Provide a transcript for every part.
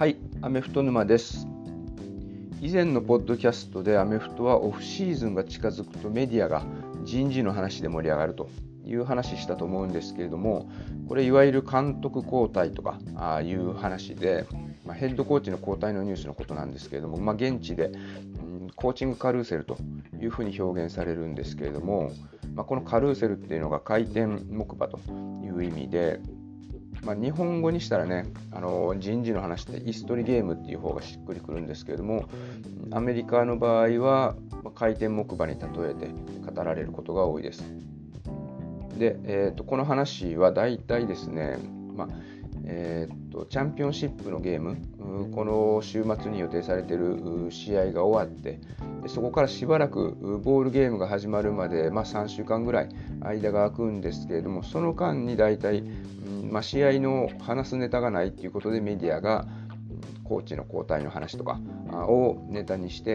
はい、アメフト沼です。以前のポッドキャストでアメフトはオフシーズンが近づくとメディアが人事の話で盛り上がるという話したと思うんですけれども、これいわゆる監督交代とかいう話で、ヘッドコーチの交代のニュースのことなんですけれども、現地でコーチングカルーセルというふうに表現されるんですけれども、このカルーセルっていうのが回転木馬という意味で、日本語にしたらね、人事の話ってイス取りゲームっていう方がしっくりくるんですけれども、アメリカの場合は回転木馬に例えて語られることが多いです。で、この話はだいたいですね、チャンピオンシップのゲーム、この週末に予定されている試合が終わって、そこからしばらくボールゲームが始まるまで、3週間ぐらい間が空くんですけれども、その間にだいたい試合の話すネタがないということでメディアがコーチの交代の話とかをネタにして、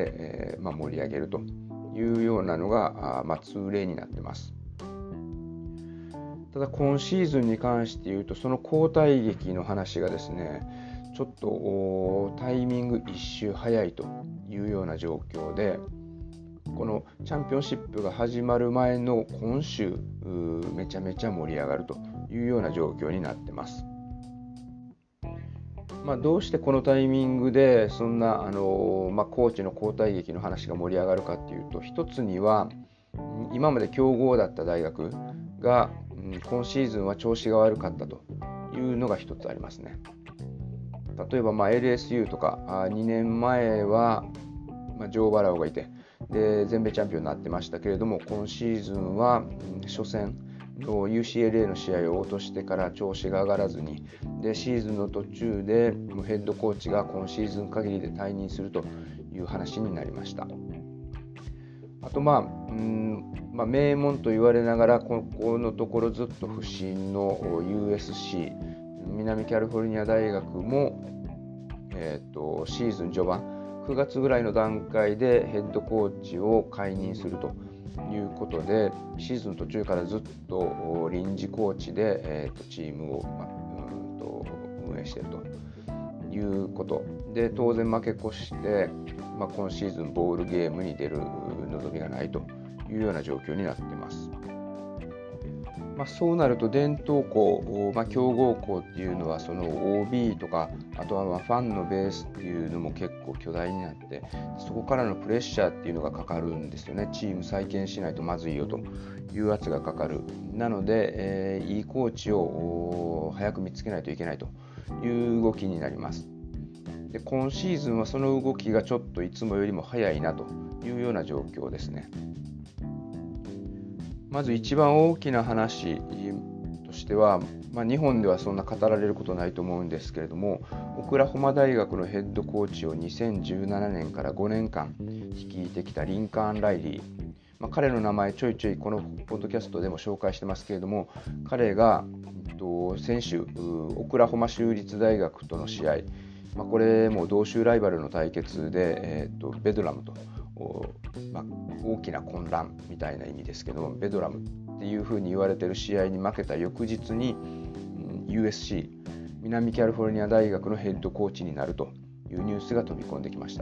盛り上げるというようなのが通例になっています。ただ今シーズンに関して言うと、その交代劇の話がですね、ちょっとタイミング一周早いというような状況で、このチャンピオンシップが始まる前の今週めちゃめちゃ盛り上がるというような状況になってます。どうしてこのタイミングでそんなコーチの交代劇の話が盛り上がるかっていうと、一つには今まで強豪だった大学が今シーズンは調子が悪かったというのが一つありますね。例えばLSU とか2年前はジョー・バラオがいて、で全米チャンピオンになってましたけれども、今シーズンは初戦の UCLA の試合を落としてから調子が上がらずに、でシーズンの途中でヘッドコーチが今シーズン限りで退任するという話になりました。あと名門と言われながらここのところずっと不振の USC 南カリフォルニア大学も、シーズン序盤9月ぐらいの段階でヘッドコーチを解任するということで、シーズン途中からずっと臨時コーチで、チームを、運営しているということで、当然負け越して、今シーズンボールゲームに出る望みがないというような状況になっています。そうなると伝統校、強豪校っていうのはその OB とか、あとはファンのベースっていうのも結構巨大になって、そこからのプレッシャーっていうのがかかるんですよね。チーム再建しないとまずいよという圧がかかる。なので、いいコーチを早く見つけないといけないという動きになります。で今シーズンはその動きがちょっといつもよりも早いなというような状況ですね。まず一番大きな話としては、日本ではそんな語られることないと思うんですけれども、オクラホマ大学のヘッドコーチを2017年から5年間率いてきたリンカーン・ライリー、彼の名前ちょいちょいこのポッドキャストでも紹介してますけれども、彼が先週オクラホマ州立大学との試合、これも同州ライバルの対決で、ベドラムと大きな混乱みたいな意味ですけども、ベドラムっていうふうに言われている試合に負けた翌日に USC 南カリフォルニア大学のヘッドコーチになるというニュースが飛び込んできました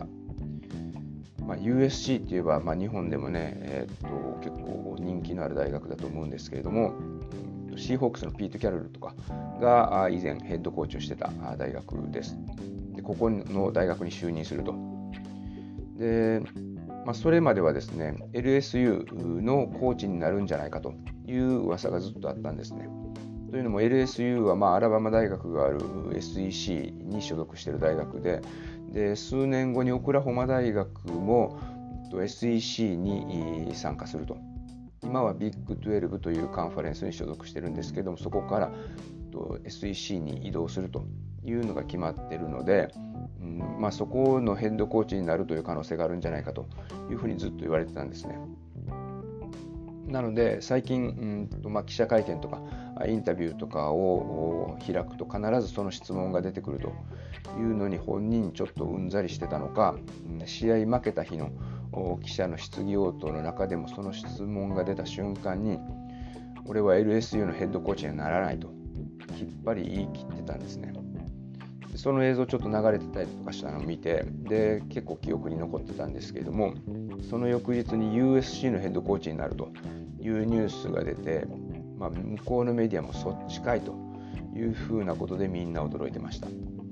。USC って言えば、日本でもね、結構人気のある大学だと思うんですけれども、シーホークスのピート・キャロルとかが以前ヘッドコーチをしてた大学です。でここの大学に就任すると。でそれまではですね、LSU のコーチになるんじゃないかという噂がずっとあったんですね。というのも LSU はアラバマ大学がある SEC に所属している大学で、数年後にオクラホマ大学も SEC に参加すると。今はビッグ12というカンファレンスに所属しているんですけども、そこから SEC に移動するというのが決まっているので、そこのヘッドコーチになるという可能性があるんじゃないかというふうにずっと言われてたんですね。なので最近記者会見とかインタビューとかを開くと必ずその質問が出てくるというのに本人ちょっとうんざりしてたのか、試合負けた日の記者の質疑応答の中でもその質問が出た瞬間に、俺は LSU のヘッドコーチにはならないときっぱり言い切ってたんですね。 その映像ちょっと流れてたりとかしたのを見て、で結構記憶に残ってたんですけれども、その翌日に USC のヘッドコーチになるというニュースが出て、向こうのメディアもそっちかいというふうなことでみんな驚いてました。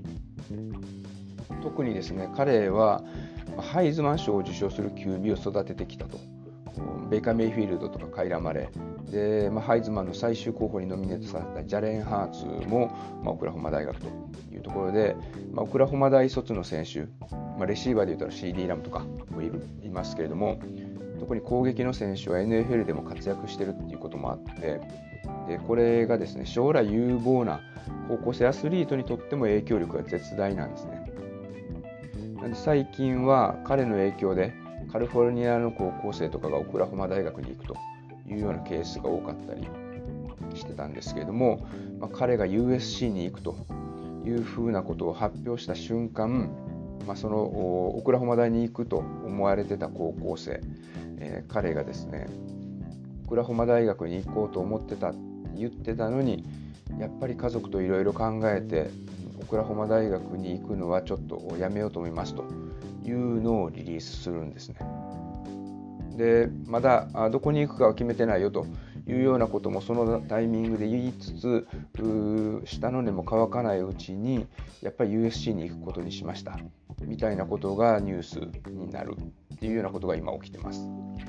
特にですね、彼はハイズマン賞を受賞する QB を育ててきたと。ベイカー・メイフィールドとかカイラ・マレーで、ハイズマンの最終候補にノミネートされたジャレン・ハーツも、オクラホマ大学というところで、オクラホマ大卒の選手、レシーバーでいうと CD ラムとかもいますけれども、特に攻撃の選手は NFL でも活躍しているということもあって、でこれがですね、将来有望な高校生アスリートにとっても影響力が絶大なんですね。なんで最近は彼の影響でカリフォルニアの高校生とかがオクラホマ大学に行くというようなケースが多かったりしてたんですけれども、彼が USC に行くというふうなことを発表した瞬間、そのオクラホマ大に行くと思われてた高校生、彼がですね、オクラホマ大学に行こうと思ってたって言ってたのに、やっぱり家族といろいろ考えてオクラホマ大学に行くのはちょっとやめようと思いますというのをリリースするんですね。でまだどこに行くかは決めてないよというようなこともそのタイミングで言いつつ、下の根も乾かないうちにやっぱり USC に行くことにしましたみたいなことがニュースになるっていうようなことが今起きてます。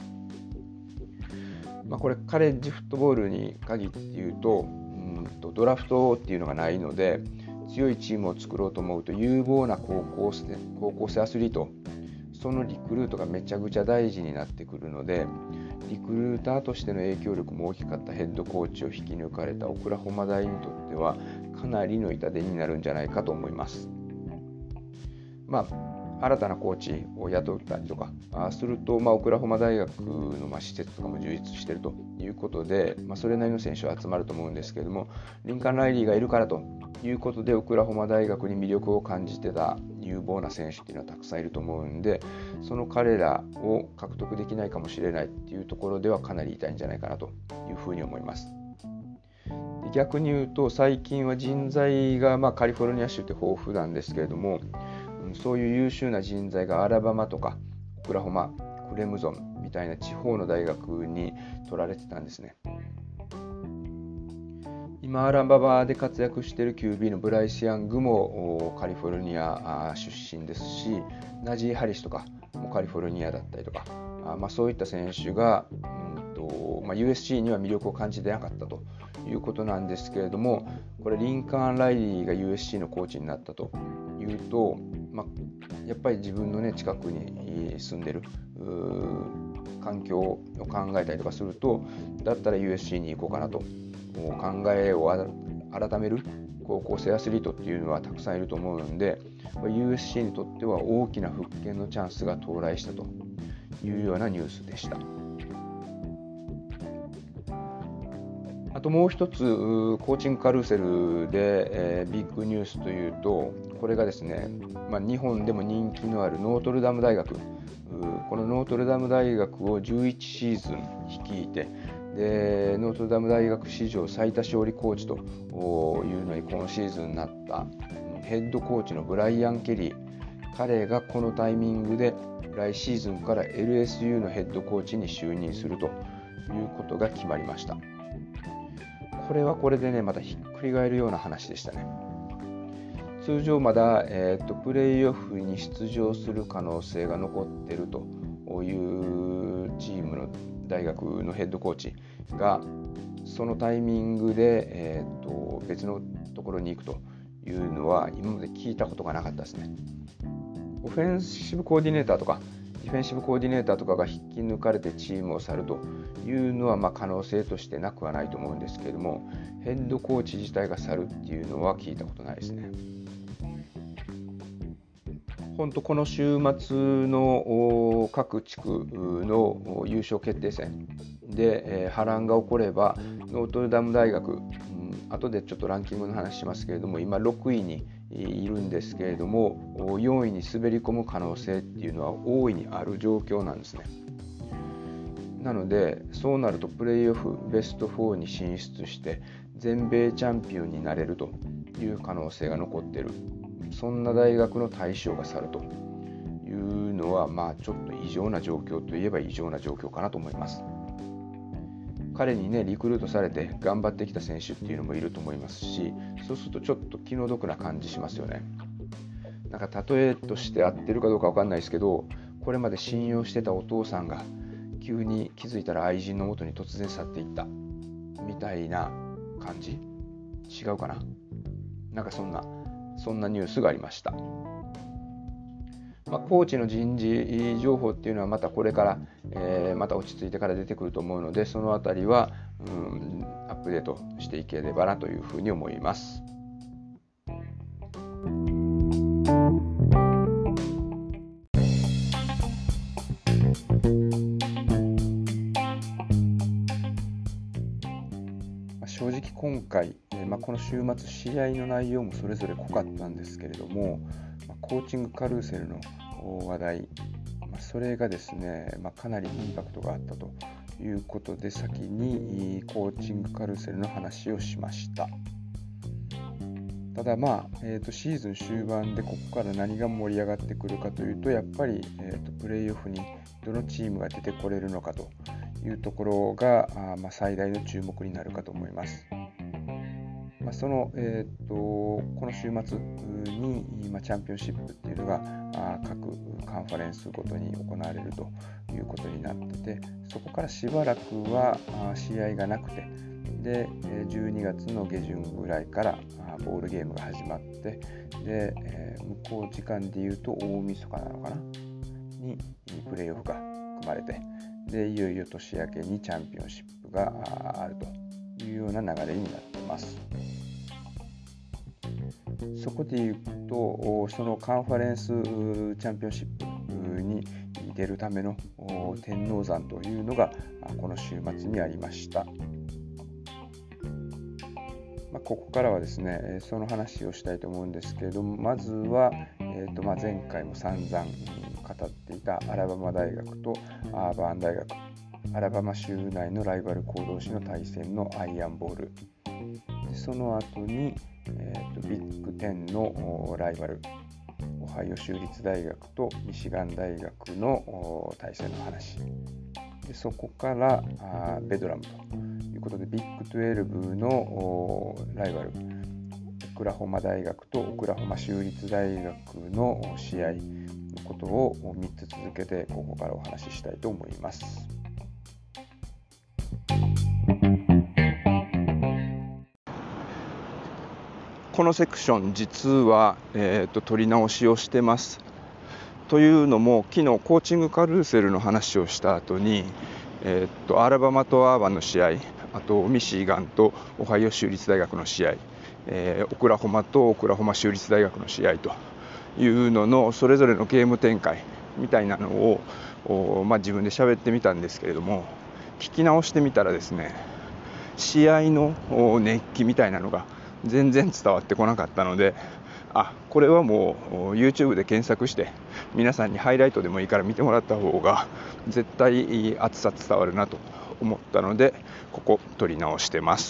これカレッジフットボールに限って言うと、ドラフトっていうのがないので、強いチームを作ろうと思うと有望な高校生アスリート、そのリクルートがめちゃくちゃ大事になってくるので、リクルーターとしての影響力も大きかったヘッドコーチを引き抜かれたオクラホマ大にとってはかなりの痛手になるんじゃないかと思います。新たなコーチを雇ったりとかすると、オクラホマ大学の施設とかも充実しているということで、それなりの選手は集まると思うんですけれども、リンカーン・ライリーがいるからということでオクラホマ大学に魅力を感じてた有望な選手っていうのはたくさんいると思うんで、その彼らを獲得できないかもしれないっていうところではかなり痛いんじゃないかなというふうに思います。逆に言うと、最近は人材がカリフォルニア州って豊富なんですけれども、そういう優秀な人材がアラバマとかオクラホマ、クレムゾンみたいな地方の大学に取られてたんですね。今アラバマで活躍している QB のブライス・ヤングもカリフォルニア出身ですし、ナジー・ハリスとかもカリフォルニアだったりとか、そういった選手がUSC には魅力を感じてなかったということなんですけれども、これリンカーン・ライリーが USC のコーチになったというと、やっぱり自分の、近くに住んでる環境を考えたりとかすると、だったら USC に行こうかなと考えを改める高校生アスリートっていうのはたくさんいると思うので、 USC にとっては大きな復権のチャンスが到来したというようなニュースでした。あともう一つ、コーチングカルーセルで、ビッグニュースというと、これがですね、日本でも人気のあるノートルダム大学、このノートルダム大学を11シーズン率いて、でノートルダム大学史上最多勝利コーチというのに今シーズンになったヘッドコーチのブライアン・ケリー、彼がこのタイミングで来シーズンから LSU のヘッドコーチに就任するということが決まりました。これはこれでね、またひっくり返るような話でしたね。通常まだ、プレーオフに出場する可能性が残っているというチームの大学のヘッドコーチがそのタイミングで、別のところに行くというのは今まで聞いたことがなかったですね。オフェンシブコーディネーターとかディフェンシブコーディネーターとかが引き抜かれてチームを去るというのは可能性としてなくはないと思うんですけれども、ヘッドコーチ自体が去るっていうのは聞いたことないですね。本当この週末の各地区の優勝決定戦で波乱が起これば、ノートルダム大学、後でちょっとランキングの話しますけれども、今6位にいるんですけれども、4位に滑り込む可能性っていうのは大いにある状況なんですね。なのでそうなるとプレーオフベスト4に進出して全米チャンピオンになれるという可能性が残っているそんな大学の大将が去るというのは、ちょっと異常な状況といえば異常な状況かなと思います。彼にね、リクルートされて頑張ってきた選手っていうのもいると思いますし、そうするとちょっと気の毒な感じしますよね。なんか例えとして合ってるかどうか分かんないですけど、これまで信用してたお父さんが急に気づいたら愛人の元に突然去っていったみたいな感じ、違うかな。なんかそんなニュースがありました。コーチの人事情報っていうのはまたこれから、また落ち着いてから出てくると思うので、そのあたりはアップデートしていければなというふうに思います。正直今回、この週末試合の内容もそれぞれ濃かったんですけれども、コーチングカルーセルの話題、それがですね、かなりインパクトがあったということで、先にコーチングカルーセルの話をしました。ただシーズン終盤でここから何が盛り上がってくるかというと、やっぱり、プレーオフにどのチームが出てこれるのかというところが最大の注目になるかと思います。この週末にチャンピオンシップっていうのが各カンファレンスごとに行われるということになってて、そこからしばらくは試合がなくて、で12月の下旬ぐらいからボールゲームが始まって、で向こう時間でいうと大晦日なのかなにプレーオフが組まれて、でいよいよ年明けにチャンピオンシップがあるというような流れになっています。そこでいうと、そのカンファレンスチャンピオンシップに出るための天王山というのがこの週末にありました。ここからはですね、その話をしたいと思うんですけれども、まずは、前回も散々語っていたアラバマ大学とアーバーン大学、アラバマ州内のライバル校同士の対戦のアイアンボール、でその後に、ビッグ10のライバルオハイオ州立大学とミシガン大学の対戦の話で、そこからベドラムということで、ビッグ12のライバルオクラホマ大学とオクラホマ州立大学の試合のことを3つ続けてここからお話ししたいと思います。このセクション実は、取り直しをしてます。というのも、昨日コーチングカルーセルの話をした後に、アラバマとアーバンの試合、あとミシガンとオハイオ州立大学の試合、オクラホマとオクラホマ州立大学の試合というののそれぞれのゲーム展開みたいなのを自分で喋ってみたんですけれども、聞き直してみたらですね、試合の熱気みたいなのが全然伝わってこなかったので、これはもう YouTube で検索して皆さんにハイライトでもいいから見てもらった方が絶対熱さ伝わるなと思ったので、ここ撮り直してます。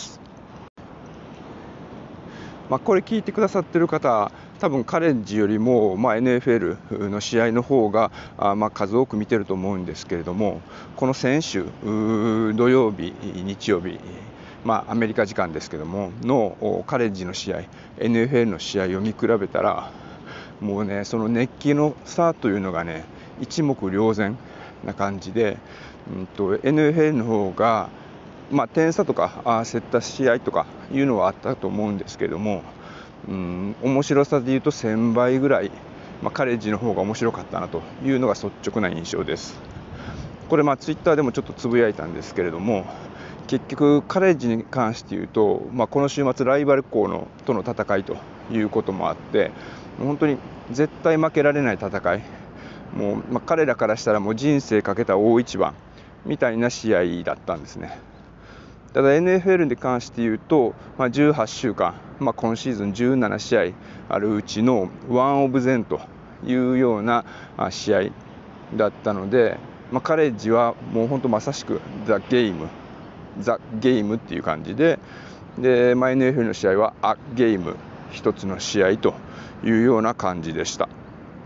これ聞いてくださってる方、多分カレッジよりも、NFL の試合の方が数多く見てると思うんですけれども、この先週土曜日日曜日、アメリカ時間ですけどものカレッジの試合、 NFL の試合を見比べたら、もうね、その熱気の差というのがね、一目瞭然な感じで、NFL の方が点差とか競った試合とかいうのはあったと思うんですけども、面白さでいうと1000倍ぐらい、カレッジの方が面白かったなというのが率直な印象です。これツイッターでもちょっとつぶやいたんですけれども、結局カレッジに関して言うと、この週末ライバル校との戦いということもあって、本当に絶対負けられない戦い、もう、彼らからしたらもう人生かけた大一番みたいな試合だったんですね。ただ NFL に関して言うと、18週間、今シーズン17試合あるうちのワンオブゼンというような試合だったので、カレッジはもう本当まさしくザ・ゲームっていう感じで、NFL の試合はゲーム一つの試合というような感じでした。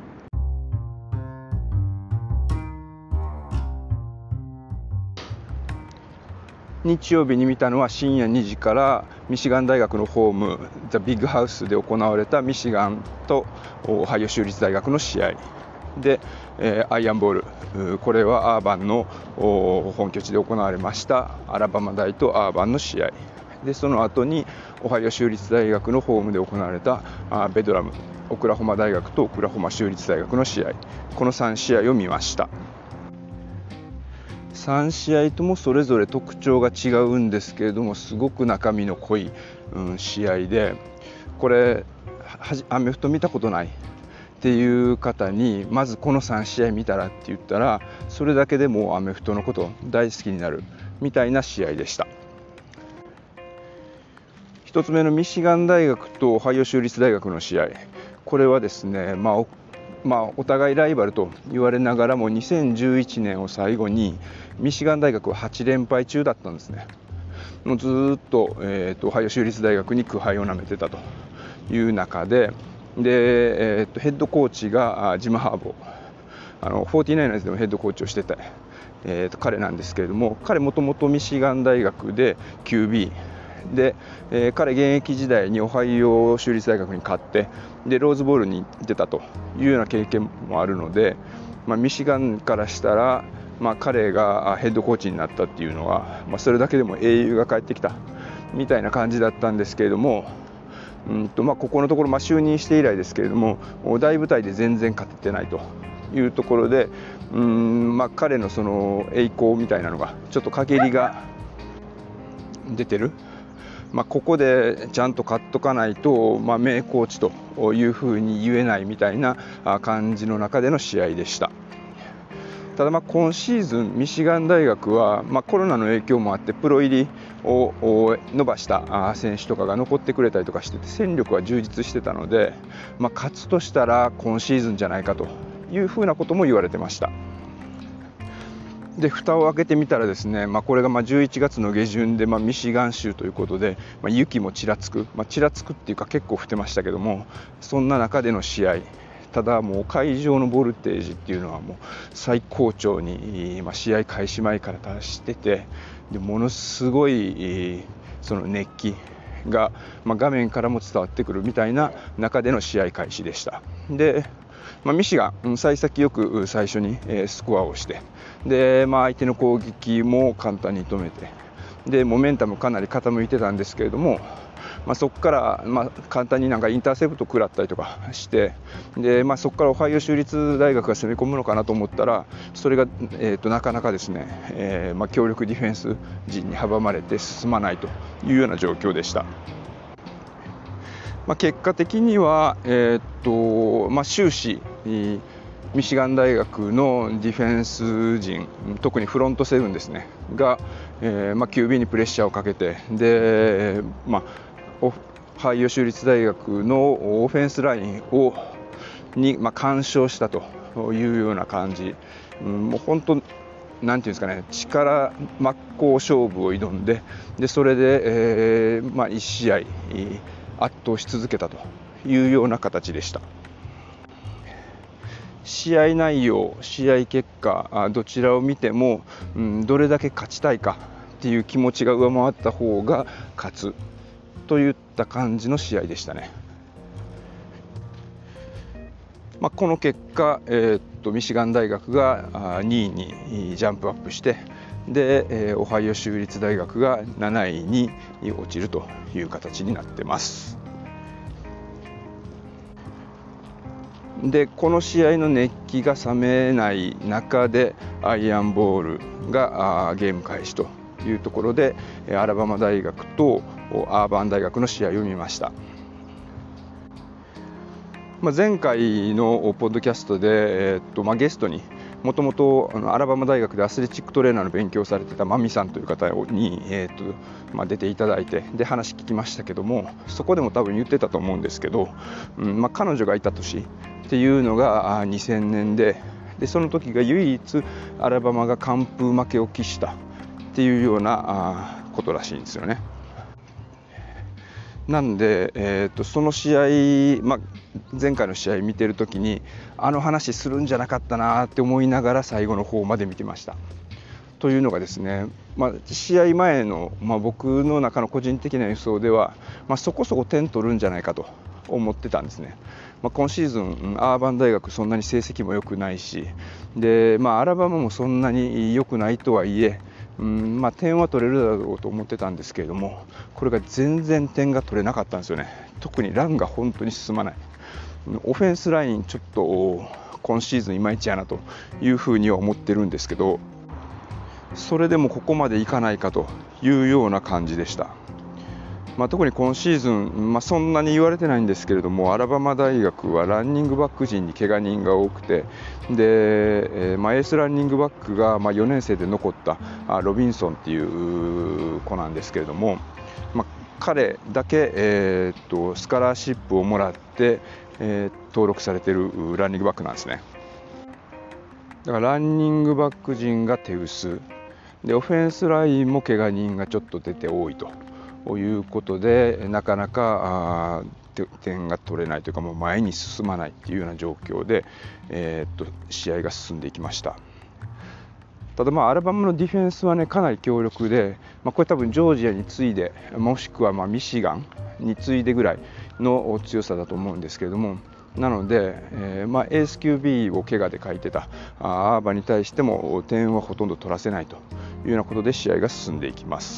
日曜日に見たのは深夜2時からミシガン大学のホームザ・ビッグハウスで行われたミシガンとオハイオ州立大学の試合で、アイアンボール、これはアーバンの本拠地で行われましたアラバマ大とアーバンの試合で、その後にオハイオ州立大学のホームで行われたベドラム、オクラホマ大学とオクラホマ州立大学の試合、この3試合を見ました。3試合ともそれぞれ特徴が違うんですけれども、すごく中身の濃い、試合で、これアメフト見たことないっていう方にまずこの3試合見たらって言ったら、それだけでもうアメフトのこと大好きになるみたいな試合でした。1つ目のミシガン大学とオハイオ州立大学の試合、これはですね、お互いライバルと言われながらも2011年を最後にミシガン大学は8連敗中だったんですね。もうずっと、オハイオ州立大学に苦杯をなめてたという中で、ヘッドコーチがジム・ハーボー、49ers でもヘッドコーチをしてた、彼なんですけれども、彼もともとミシガン大学で QBで、彼現役時代にオハイオ州立大学に勝ってでローズボールに出たというような経験もあるので、ミシガンからしたら、彼がヘッドコーチになったっていうのは、それだけでも英雄が帰ってきたみたいな感じだったんですけれども、ここのところ、就任して以来ですけれども大舞台で全然勝ててないというところで、彼のその栄光みたいなのがちょっと陰りが出てる。ここでちゃんと勝っとかないと、名コーチというふうに言えないみたいな感じの中での試合でした。ただ今シーズンミシガン大学は、コロナの影響もあってプロ入りを伸ばした選手とかが残ってくれたりとかしてて、戦力は充実してたので、勝つとしたら今シーズンじゃないかというふうなことも言われてました。で蓋を開けてみたらですね、これが11月の下旬で、ミシガン州ということで、雪もちらつくっていうか結構降ってましたけども、そんな中での試合、ただもう会場のボルテージっていうのはもう最高潮に、試合開始前から達してて、でものすごいその熱気が、画面からも伝わってくるみたいな中での試合開始でした。でミシガン幸先よく最初にスコアをして、で、相手の攻撃も簡単に止めて、でモメンタムかなり傾いてたんですけれども、そこから、簡単にインターセプト食らったりとかして、で、そこからオハイオ州立大学が攻め込むのかなと思ったら、それが、なかなかですね、強力ディフェンス陣に阻まれて進まないというような状況でした。結果的には、終始ミシガン大学のディフェンス陣、特にフロントセブンですねが、QB にプレッシャーをかけて、で、オハイオ州立大学のオフェンスラインに干渉したというような感じ、もう本当なんていうんですかね、力真っ向勝負を挑んで、それで、1試合圧倒し続けたというような形でした。試合内容、試合結果、どちらを見ても、どれだけ勝ちたいかっていう気持ちが上回った方が勝つといった感じの試合でしたね。この結果、ミシガン大学が2位にジャンプアップして、でオハイオ州立大学が7位に落ちるという形になってます。でこの試合の熱気が冷めない中でアイアンボールがゲーム開始というところで、アラバマ大学とアーバン大学の試合を見ました。前回のポッドキャストで、ゲストにもともとアラバマ大学でアスレチックトレーナーの勉強をされてたマミさんという方に、出ていただいて、で話聞きましたけども、そこでも多分言ってたと思うんですけど、彼女がいた年っていうのが2000年で、その時が唯一アラバマが完封負けを喫したっていうようなことらしいんですよね。 なんで、その試合、前回の試合見てるときにあの話するんじゃなかったなって思いながら最後の方まで見てました。というのがですね、試合前の、僕の中の個人的な予想では、そこそこ点取るんじゃないかと思ってたんですね。今シーズンアーバン大学そんなに成績も良くないしで、アラバマもそんなに良くないとはいえ、点は取れるだろうと思ってたんですけれども、これが全然点が取れなかったんですよね。特にランが本当に進まない。オフェンスラインちょっと今シーズンいまいちやなというふうには思ってるんですけど、それでもここまでいかないかというような感じでした。特に今シーズン、そんなに言われてないんですけれども、アラバマ大学はランニングバック陣に怪我人が多くて、で、エースランニングバックが4年生で残ったロビンソンっていう子なんですけれども、彼だけ、スカラーシップをもらって、登録されているランニングバックなんですね。だからランニングバック陣が手薄で、オフェンスラインも怪我人がちょっと出て多いということで、なかなか点が取れないというか、もう前に進まないというような状況で、試合が進んでいきました。ただアラバマのディフェンスはね、かなり強力で、これ多分ジョージアに次いで、もしくはミシガンに次いでぐらいの強さだと思うんですけれども、なので、エース QB を怪我で欠いてたアーバに対しても点はほとんど取らせないというようなことで試合が進んでいきます。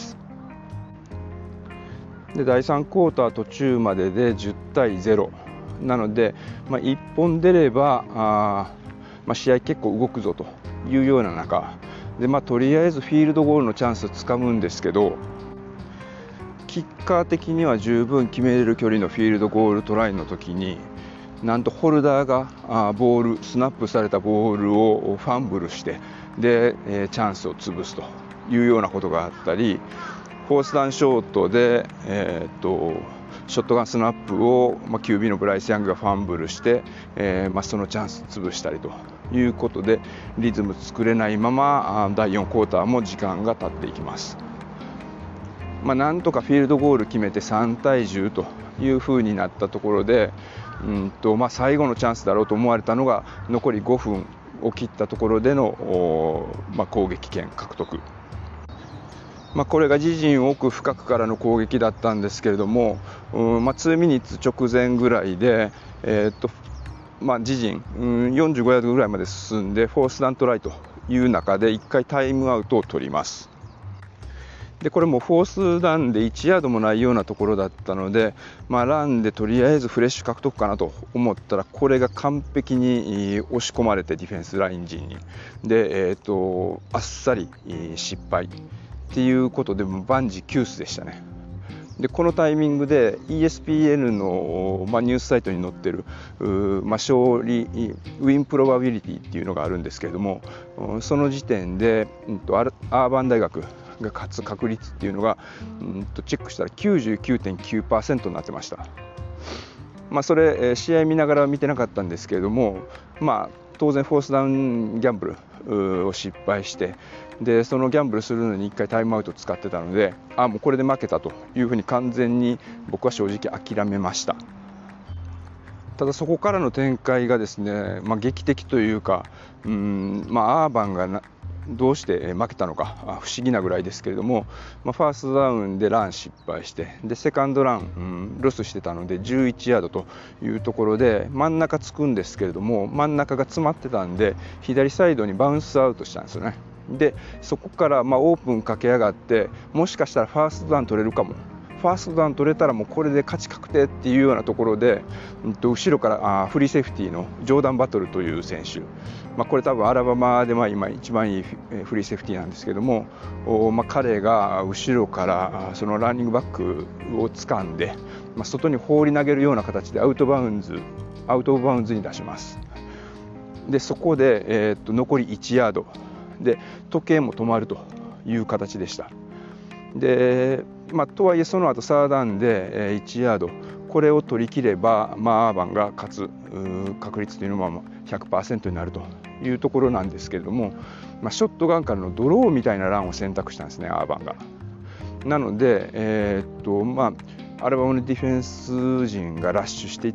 で第3クォーター途中までで10対0なので、1本出れば試合結構動くぞというような中で、とりあえずフィールドゴールのチャンスをつかむんですけど、キッカー的には十分決めれる距離のフィールドゴールトライの時に、なんとホルダーがスナップされたボールをファンブルしてで、チャンスを潰すというようなことがあったり、フォースダウンショートで、ショットガンスナップを、QB のブライス・ヤングがファンブルして、そのチャンス潰したりということでリズム作れないまま第4クォーターも時間が経っていきます。なんとかフィールドゴール決めて3対10というふうになったところで、最後のチャンスだろうと思われたのが残り5分を切ったところでの、攻撃権獲得。これが自陣奥深くからの攻撃だったんですけれども、2ミニッツ直前ぐらいで、自陣、45ヤードぐらいまで進んでフォースダウントライという中で1回タイムアウトを取ります。でこれもフォースダウンで1ヤードもないようなところだったので、ランでとりあえずフレッシュ獲得かなと思ったら、これが完璧に押し込まれてディフェンスライン陣にで、あっさり失敗っていうことで万事休すでしたね。でこのタイミングで ESPN の、ニュースサイトに載ってる勝利ウィンプロバビリティっていうのがあるんですけれども、その時点で、アーバン大学が勝つ確率っていうのが、チェックしたら 99.9% になってました。それ、試合見ながら見てなかったんですけれども、当然フォースダウンギャンブルを失敗して、でそのギャンブルするのに1回タイムアウト使ってたので、もうこれで負けたというふうに完全に僕は正直諦めました。ただそこからの展開がですね、劇的というか、アーバンがどうして負けたのか不思議なぐらいですけれども、ファーストダウンでラン失敗して、でセカンドラン、ロスしてたので11ヤードというところで真ん中つくんですけれども、真ん中が詰まってたんで左サイドにバウンスアウトしたんですよね。でそこからオープン駆け上がって、もしかしたらファーストダウン取れるかも、ファーストダウン取れたらもうこれで勝ち確定っていうようなところで、後ろからフリーセーフティーのジョーダン・バトルという選手、これ多分アラバマで今一番いいフリーセーフティーなんですけども、彼が後ろからそのランニングバックを掴んで、外に放り投げるような形でアウトオブバウンズに出します。でそこで、残り1ヤードで時計も止まるという形でした。でとはいえその後サーダウンで1ヤード、これを取り切れば、アーバンが勝つ確率というのは 100% になるというところなんですけれども、ショットガンからのドローみたいなランを選択したんですね、アーバンが。なので、 アラバマのディフェンス陣がラッシュしていって、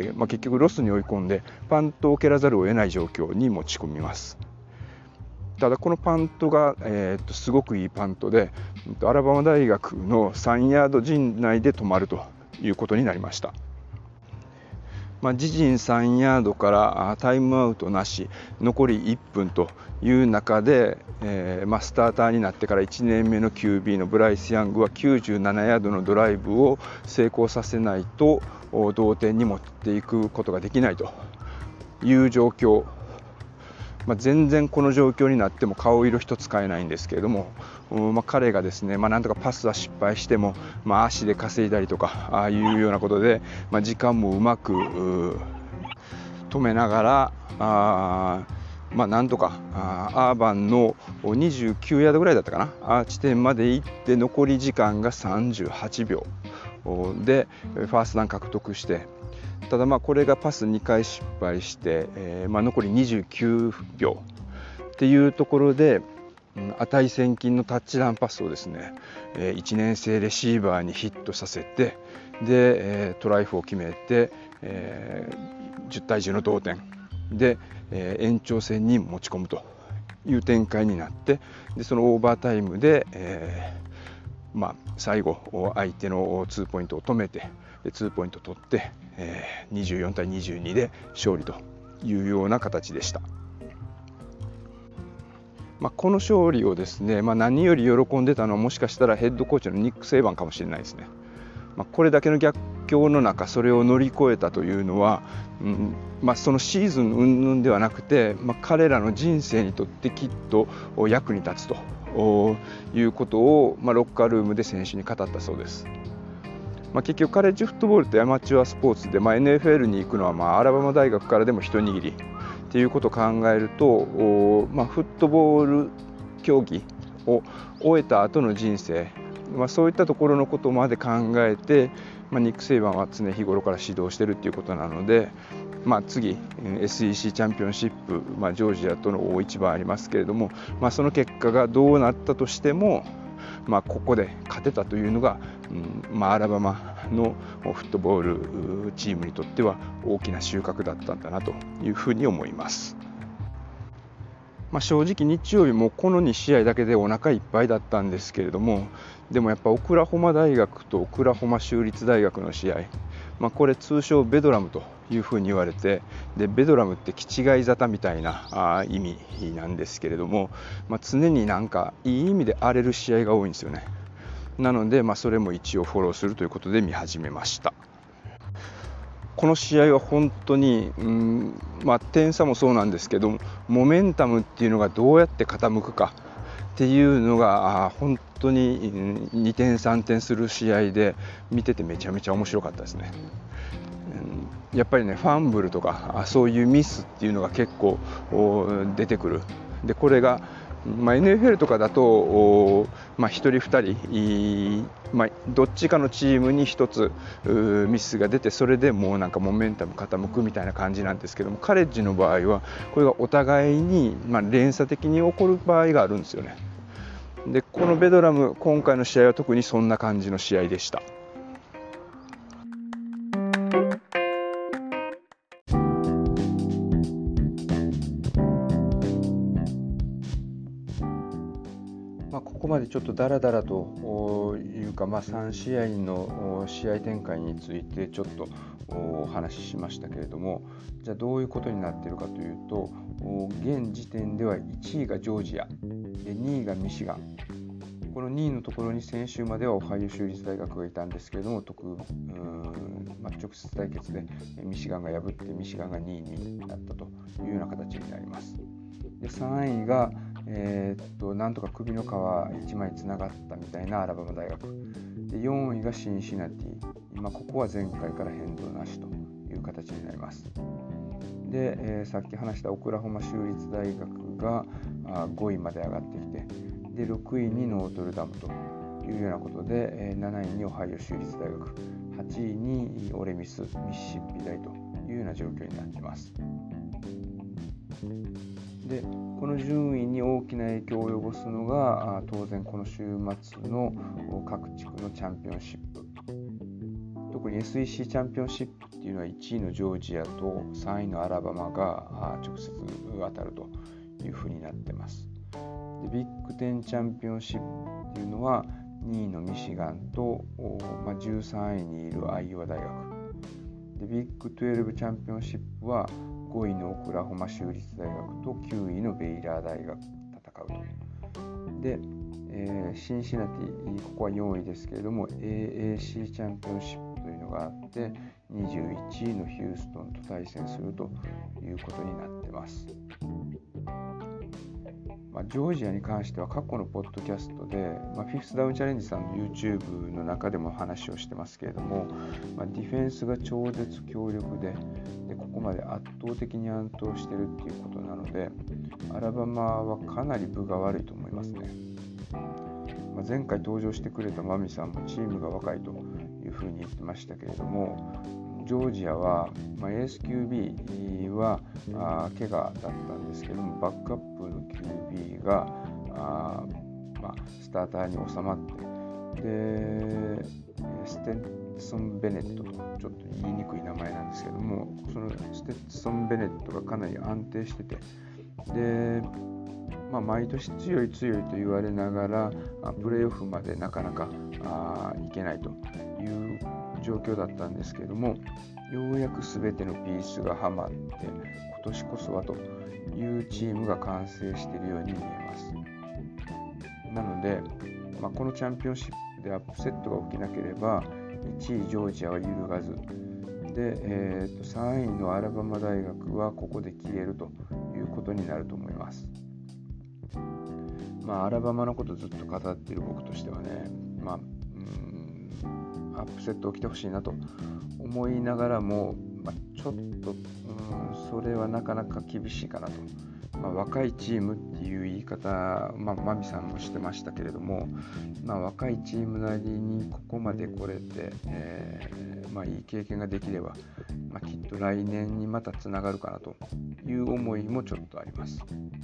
結局ロスに追い込んでパントを蹴らざるを得ない状況に持ち込みます。ただこのパントが、すごくいいパントで、アラバマ大学の3ヤード陣内で止まるということになりました。自陣3ヤードからタイムアウトなし、残り1分という中で、スターターになってから1年目の QB のブライス・ヤングは97ヤードのドライブを成功させないと同点に持っていくことができないという状況。全然この状況になっても顔色一つ変えないんですけれども、彼がですね、なんとかパスは失敗しても、足で稼いだりとかいうようなことで、時間もうまく止めながらなんとかアーバンの29ヤードぐらいだったかな地点まで行って、残り時間が38秒でファーストダウン獲得して、ただこれがパス2回失敗して、残り29秒っていうところで、値千金のタッチダウンパスをですね、1年生レシーバーにヒットさせて、でトライフを決めて、10対10の同点で、延長戦に持ち込むという展開になって、でそのオーバータイムで、最後相手の2ポイントを止めて2ポイント取って、24対22で勝利というような形でした。この勝利をですね、何より喜んでたのはもしかしたらヘッドコーチのニック・セイバンかもしれないですね。これだけの逆境の中それを乗り越えたというのは、そのシーズン云々ではなくて、彼らの人生にとってきっと役に立つということを、ロッカールームで選手に語ったそうです。結局カレッジフットボールってアマチュアスポーツで、NFL に行くのはアラバマ大学からでも一握りっていうことを考えると、フットボール競技を終えた後の人生、そういったところのことまで考えて、ニック・セイバンは常日頃から指導しているということなので、次 SEC チャンピオンシップ、ジョージアとの大一番ありますけれども、その結果がどうなったとしても、ここで勝てたというのが、アラバマのフットボールチームにとっては大きな収穫だったんだなというふうに思います。正直日曜日もこの2試合だけでお腹いっぱいだったんですけれども、でもやっぱオクラホマ大学とオクラホマ州立大学の試合、これ通称ベドラムというふうに言われて、でベドラムって気違い沙汰みたいな意味なんですけれども、常になんかいい意味で荒れる試合が多いんですよね。なので、それも一応フォローするということで見始めました。この試合は本当に、点差もそうなんですけど、モメンタムっていうのがどうやって傾くかっていうのが本当に2点3点する試合で、見ててめちゃめちゃ面白かったですね。やっぱりね、ファンブルとかそういうミスっていうのが結構出てくる。でこれがNFL とかだと1人2人、どっちかのチームに1つミスが出て、それでもうなんかモメンタム傾くみたいな感じなんですけども、カレッジの場合はこれがお互いに連鎖的に起こる場合があるんですよね。でこのベドラム、今回の試合は特にそんな感じの試合でした。ここまでちょっとダラダラというか、3試合の試合展開についてちょっとお話ししましたけれども、じゃあどういうことになっているかというと、現時点では1位がジョージアで2位がミシガン、この2位のところに先週まではオハイオ州立大学がいたんですけれども、直接対決でミシガンが破ってミシガンが2位になったというような形になります。で3位がなんとか首の皮1枚つながったみたいなアラバマ大学で、4位がシンシナティ、ここは前回から変動なしという形になります。で、さっき話したオクラホマ州立大学が5位まで上がってきて、で6位にノートルダムというようなことで、7位にオハイオ州立大学、8位にオレミスミシシッピ大というような状況になっています。でこの順位に大きな影響を及ぼすのが当然この週末の各地区のチャンピオンシップ特に SEC チャンピオンシップっていうのは1位のジョージアと3位のアラバマが直接当たるというふうになってます。でビッグ10チャンピオンシップっていうのは2位のミシガンと、13位にいるアイオワ大学で、ビッグ12チャンピオンシップは5位のオクラホマ州立大学と9位のベイラー大学戦うと。で、シンシナティ、ここは4位ですけれども AAC チャンピオンシップというのがあって21位のヒューストンと対戦するということになってます。ジョージアに関しては過去のポッドキャストで、フィフスダウンチャレンジさんの YouTube の中でも話をしてますけれども、ディフェンスが超絶強力でここまで圧倒的に安闘してるっていうことなので、アラバマはかなり分が悪いと思いますね。前回登場してくれたマミさんもチームが若いというふうに言ってましたけれども、ジョージアは、ASQB は怪我だったんですけども、バックアップの QB がスターターに収まって、でステッソン・ベネットとちょっと言いにくい名前なんですけども、そのステッソン・ベネットがかなり安定してて、で毎年強いと言われながらプレーオフまでなかなかいけないという状況だったんですけれども、ようやく全てのピースがはまって今年こそはというチームが完成しているように見えます。なので、このチャンピオンシップでアップセットが起きなければ1位ジョージアは揺るがずで、3位のアラバマ大学はここで消えるということになると思います。アラバマのことずっと語っている僕としてはね、アップセット起きてほしいなと思いながらも、ちょっとそれはなかなか厳しいかなと。若いチームっていう言い方、マミさんもしてましたけれども、若いチームなりにここまで来れて、いい経験ができれば、きっと来年にまたつながるかなという思いもちょっとあります。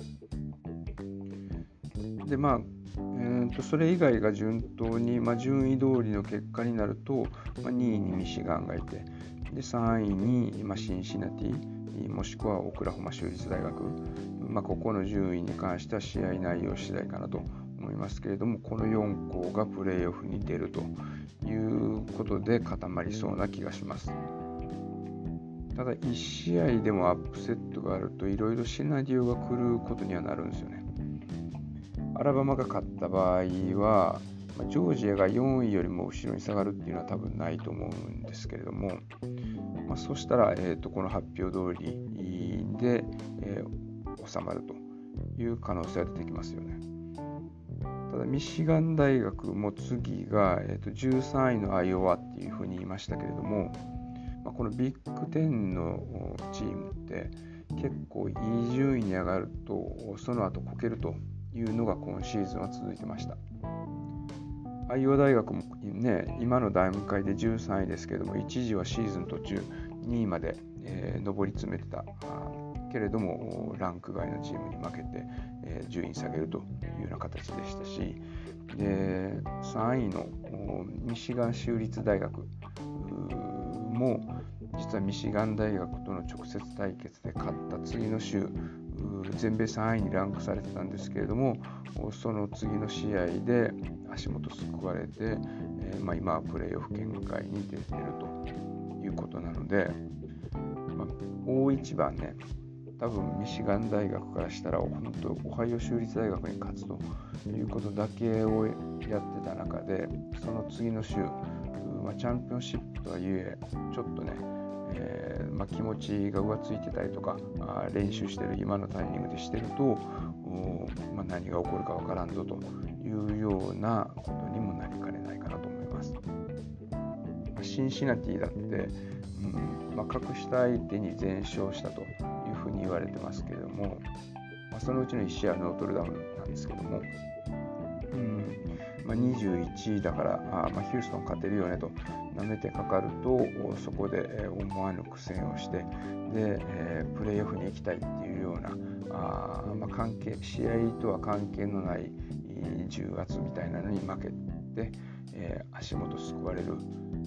でそれ以外が順当に、順位通りの結果になると、2位にミシガンがいて、で3位に、シンシナティもしくはオクラホマ州立大学、ここの順位に関しては試合内容次第かなと思いますけれども、この4校がプレーオフに出るということで固まりそうな気がします。ただ1試合でもアップセットがあるといろいろシナリオが来ることにはなるんですよね。アラバマが勝った場合は、ジョージアが4位よりも後ろに下がるっていうのは多分ないと思うんですけれども、そしたら、この発表通りで、収まるという可能性が出てきますよね。ただミシガン大学も次が、13位のアイオワっていうふうに言いましたけれども、このビッグ10のチームって結構いい順位に上がるとその後こけるというのが今シーズンは続いてました。アイオワ大学もね、今の段階で13位ですけれども、一時はシーズン途中2位まで、上り詰めてたけれども、ランク外のチームに負けて、順位下げるというような形でしたし、で3位のミシガン州立大学も実はミシガン大学との直接対決で勝った次の週、全米3位にランクされてたんですけれども、その次の試合で足元すくわれて、今はプレーオフ圏外に出ているということなので、大一番ね、多分ミシガン大学からしたら本当オハイオ州立大学に勝つということだけをやってた中で、その次の週、チャンピオンシップとはいえちょっとね、気持ちが浮ついてたりとか練習してる今のタイミングでしてると、何が起こるかわからんぞというようなことにもなりかねないかなと思います。シンシナティだって、格下相手に全勝したというふうに言われてますけれども、そのうちの1試合はノートルダムなんですけども、21位だからヒューストン勝てるよねと舐めてかかると、そこで思わぬ苦戦をしてで、プレーオフに行きたいっていうような試合とは関係のない10月みたいなのに負けて、足元すくわれる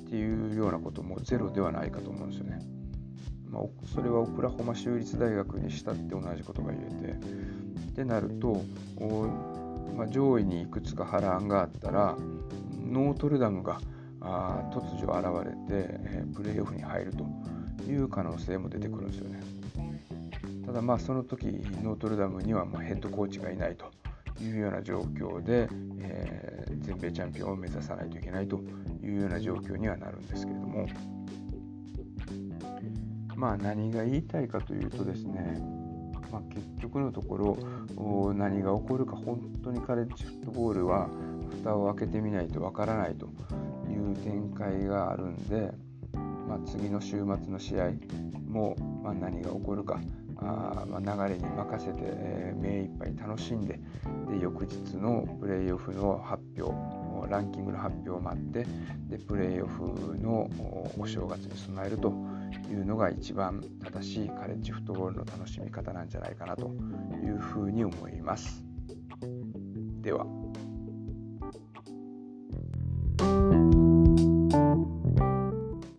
っていうようなこともゼロではないかと思うんですよね。それはオクラホマ州立大学にしたって同じことが言えて、ってなると、上位にいくつか波乱があったらノートルダムが突如現れて、プレーオフに入るという可能性も出てくるんですよね。ただその時ノートルダムにはヘッドコーチがいないというような状況で、全米チャンピオンを目指さないといけないというような状況にはなるんですけれども、何が言いたいかというとですね、結局のところ何が起こるか本当にカレッジフットボールは蓋を開けてみないとわからないという展開があるんで、次の週末の試合も何が起こるか流れに任せて、目いっぱい楽しんで、翌日のプレーオフの発表、ランキングの発表を待って、プレーオフのお正月に備えるというのが一番正しいカレッジフットボールの楽しみ方なんじゃないかなというふうに思います。では。